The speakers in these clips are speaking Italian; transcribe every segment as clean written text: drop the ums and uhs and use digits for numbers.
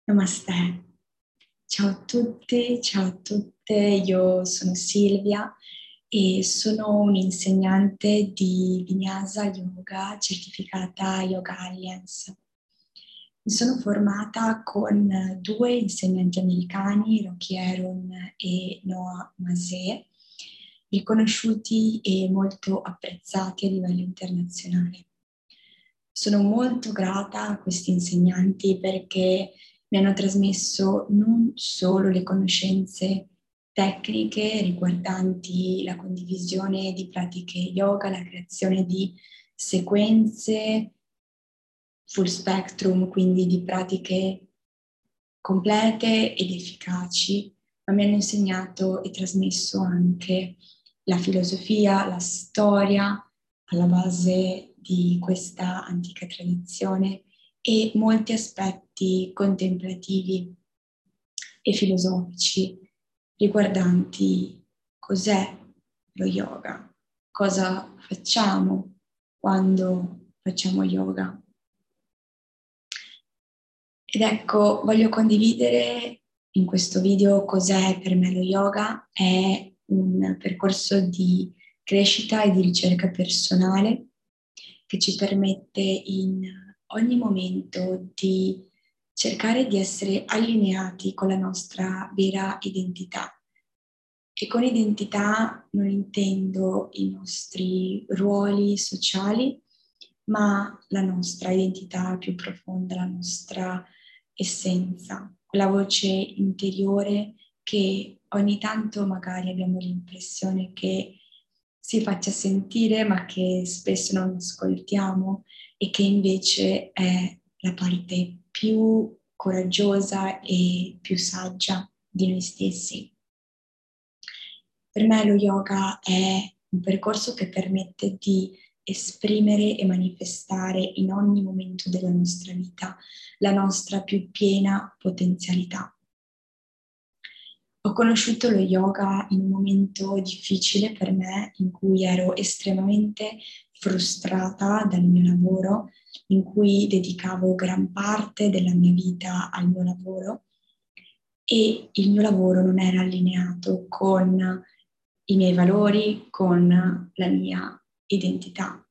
Namaste, ciao a tutti, ciao a tutte, io sono Silvia e sono un'insegnante di Vinyasa Yoga certificata Yoga Alliance. Mi sono formata con due insegnanti americani, Rocky Aaron e Noah Masé, riconosciuti e molto apprezzati a livello internazionale. Sono molto grata a questi insegnanti perché mi hanno trasmesso non solo le conoscenze tecniche riguardanti la condivisione di pratiche yoga, la creazione di sequenze full spectrum, quindi di pratiche complete ed efficaci, ma mi hanno insegnato e trasmesso anche la filosofia, la storia alla base di questa antica tradizione e molti aspetti contemplativi e filosofici riguardanti cos'è lo yoga, cosa facciamo quando facciamo yoga. Ed ecco, voglio condividere in questo video cos'è per me lo yoga. È un percorso di crescita e di ricerca personale che ci permette in ogni momento di cercare di essere allineati con la nostra vera identità. E con identità non intendo i nostri ruoli sociali, ma la nostra identità più profonda, la nostra essenza, quella voce interiore che ogni tanto magari abbiamo l'impressione che si faccia sentire, ma che spesso non ascoltiamo e che invece è la parte più coraggiosa e più saggia di noi stessi. Per me lo yoga è un percorso che permette di esprimere e manifestare in ogni momento della nostra vita la nostra più piena potenzialità. Ho conosciuto lo yoga in un momento difficile per me, in cui ero estremamente frustrata dal mio lavoro, in cui dedicavo gran parte della mia vita al mio lavoro e il mio lavoro non era allineato con i miei valori, con la mia identità.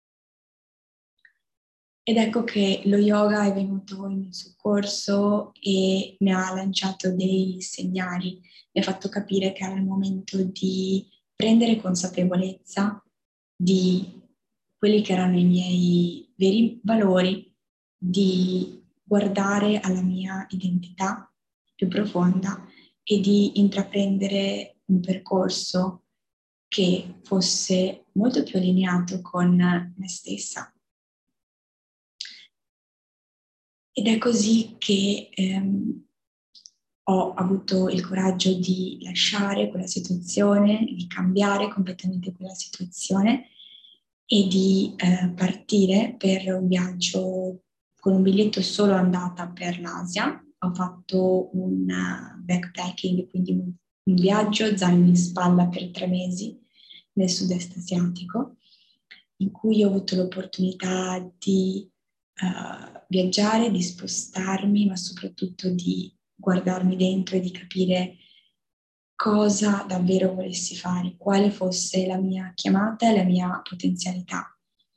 Ed ecco che lo yoga è venuto in mio soccorso e mi ha lanciato dei segnali, mi ha fatto capire che era il momento di prendere consapevolezza di quelli che erano i miei veri valori, di guardare alla mia identità più profonda e di intraprendere un percorso che fosse molto più allineato con me stessa. Ed è così che ho avuto il coraggio di lasciare quella situazione, di cambiare completamente quella situazione e di partire per un viaggio con un biglietto solo andata per l'Asia. Ho fatto un backpacking, quindi un viaggio zaino in spalla per 3 mesi nel sud-est asiatico, in cui ho avuto l'opportunità di viaggiare, di spostarmi, ma soprattutto di guardarmi dentro e di capire cosa davvero volessi fare, quale fosse la mia chiamata e la mia potenzialità.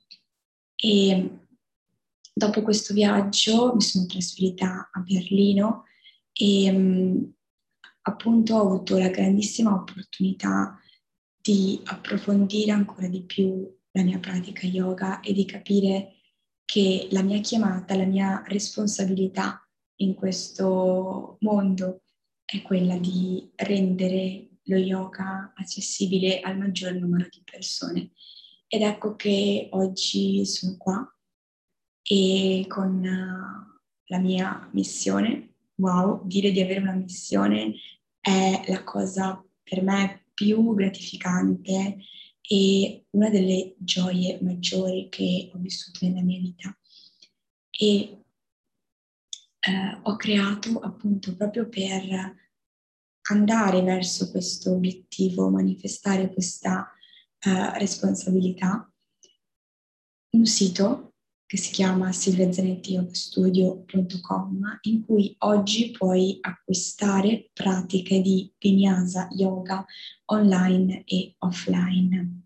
E dopo questo viaggio mi sono trasferita a Berlino e appunto ho avuto la grandissima opportunità di approfondire ancora di più la mia pratica yoga e di capire che la mia chiamata, la mia responsabilità in questo mondo è quella di rendere lo yoga accessibile al maggior numero di persone. Ed ecco che oggi sono qua e con la mia missione, wow, dire di avere una missione è la cosa per me più gratificante e una delle gioie maggiori che ho vissuto nella mia vita. E ho creato appunto proprio per andare verso questo obiettivo, manifestare questa responsabilità, un sito che si chiama silviazanettiyogastudio.com, in cui oggi puoi acquistare pratiche di Vinyasa Yoga online e offline.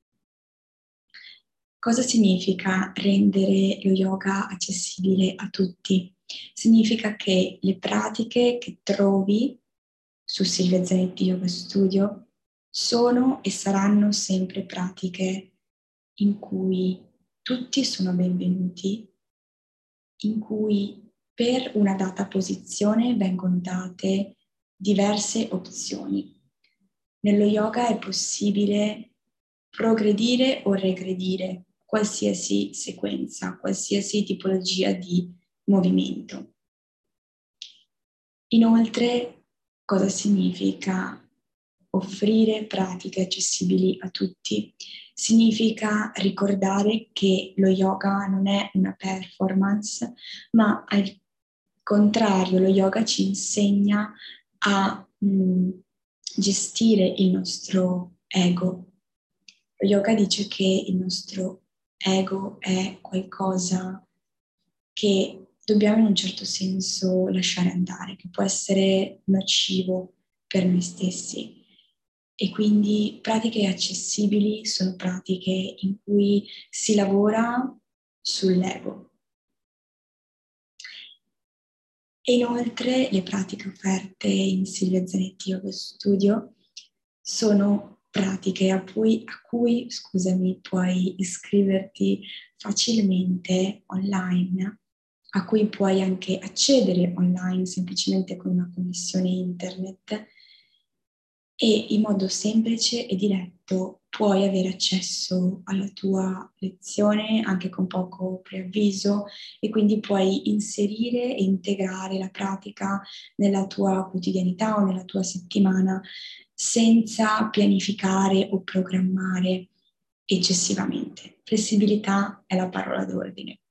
Cosa significa rendere lo yoga accessibile a tutti? Significa che le pratiche che trovi su Silvia Zanetti Yoga Studio sono e saranno sempre pratiche in cui tutti sono benvenuti, in cui per una data posizione vengono date diverse opzioni. Nello yoga è possibile progredire o regredire qualsiasi sequenza, qualsiasi tipologia di movimento. Inoltre, cosa significa offrire pratiche accessibili a tutti? Significa ricordare che lo yoga non è una performance, ma al contrario, lo yoga ci insegna a gestire il nostro ego. Lo yoga dice che il nostro ego è qualcosa che dobbiamo in un certo senso lasciare andare, che può essere nocivo per noi stessi. E quindi pratiche accessibili sono pratiche in cui si lavora sull'ego. E inoltre le pratiche offerte in Silvia Zanetti Yoga Studio sono pratiche a cui puoi iscriverti facilmente online, a cui puoi anche accedere online semplicemente con una connessione internet, e in modo semplice e diretto puoi avere accesso alla tua lezione anche con poco preavviso, e quindi puoi inserire e integrare la pratica nella tua quotidianità o nella tua settimana senza pianificare o programmare eccessivamente. Flessibilità è la parola d'ordine.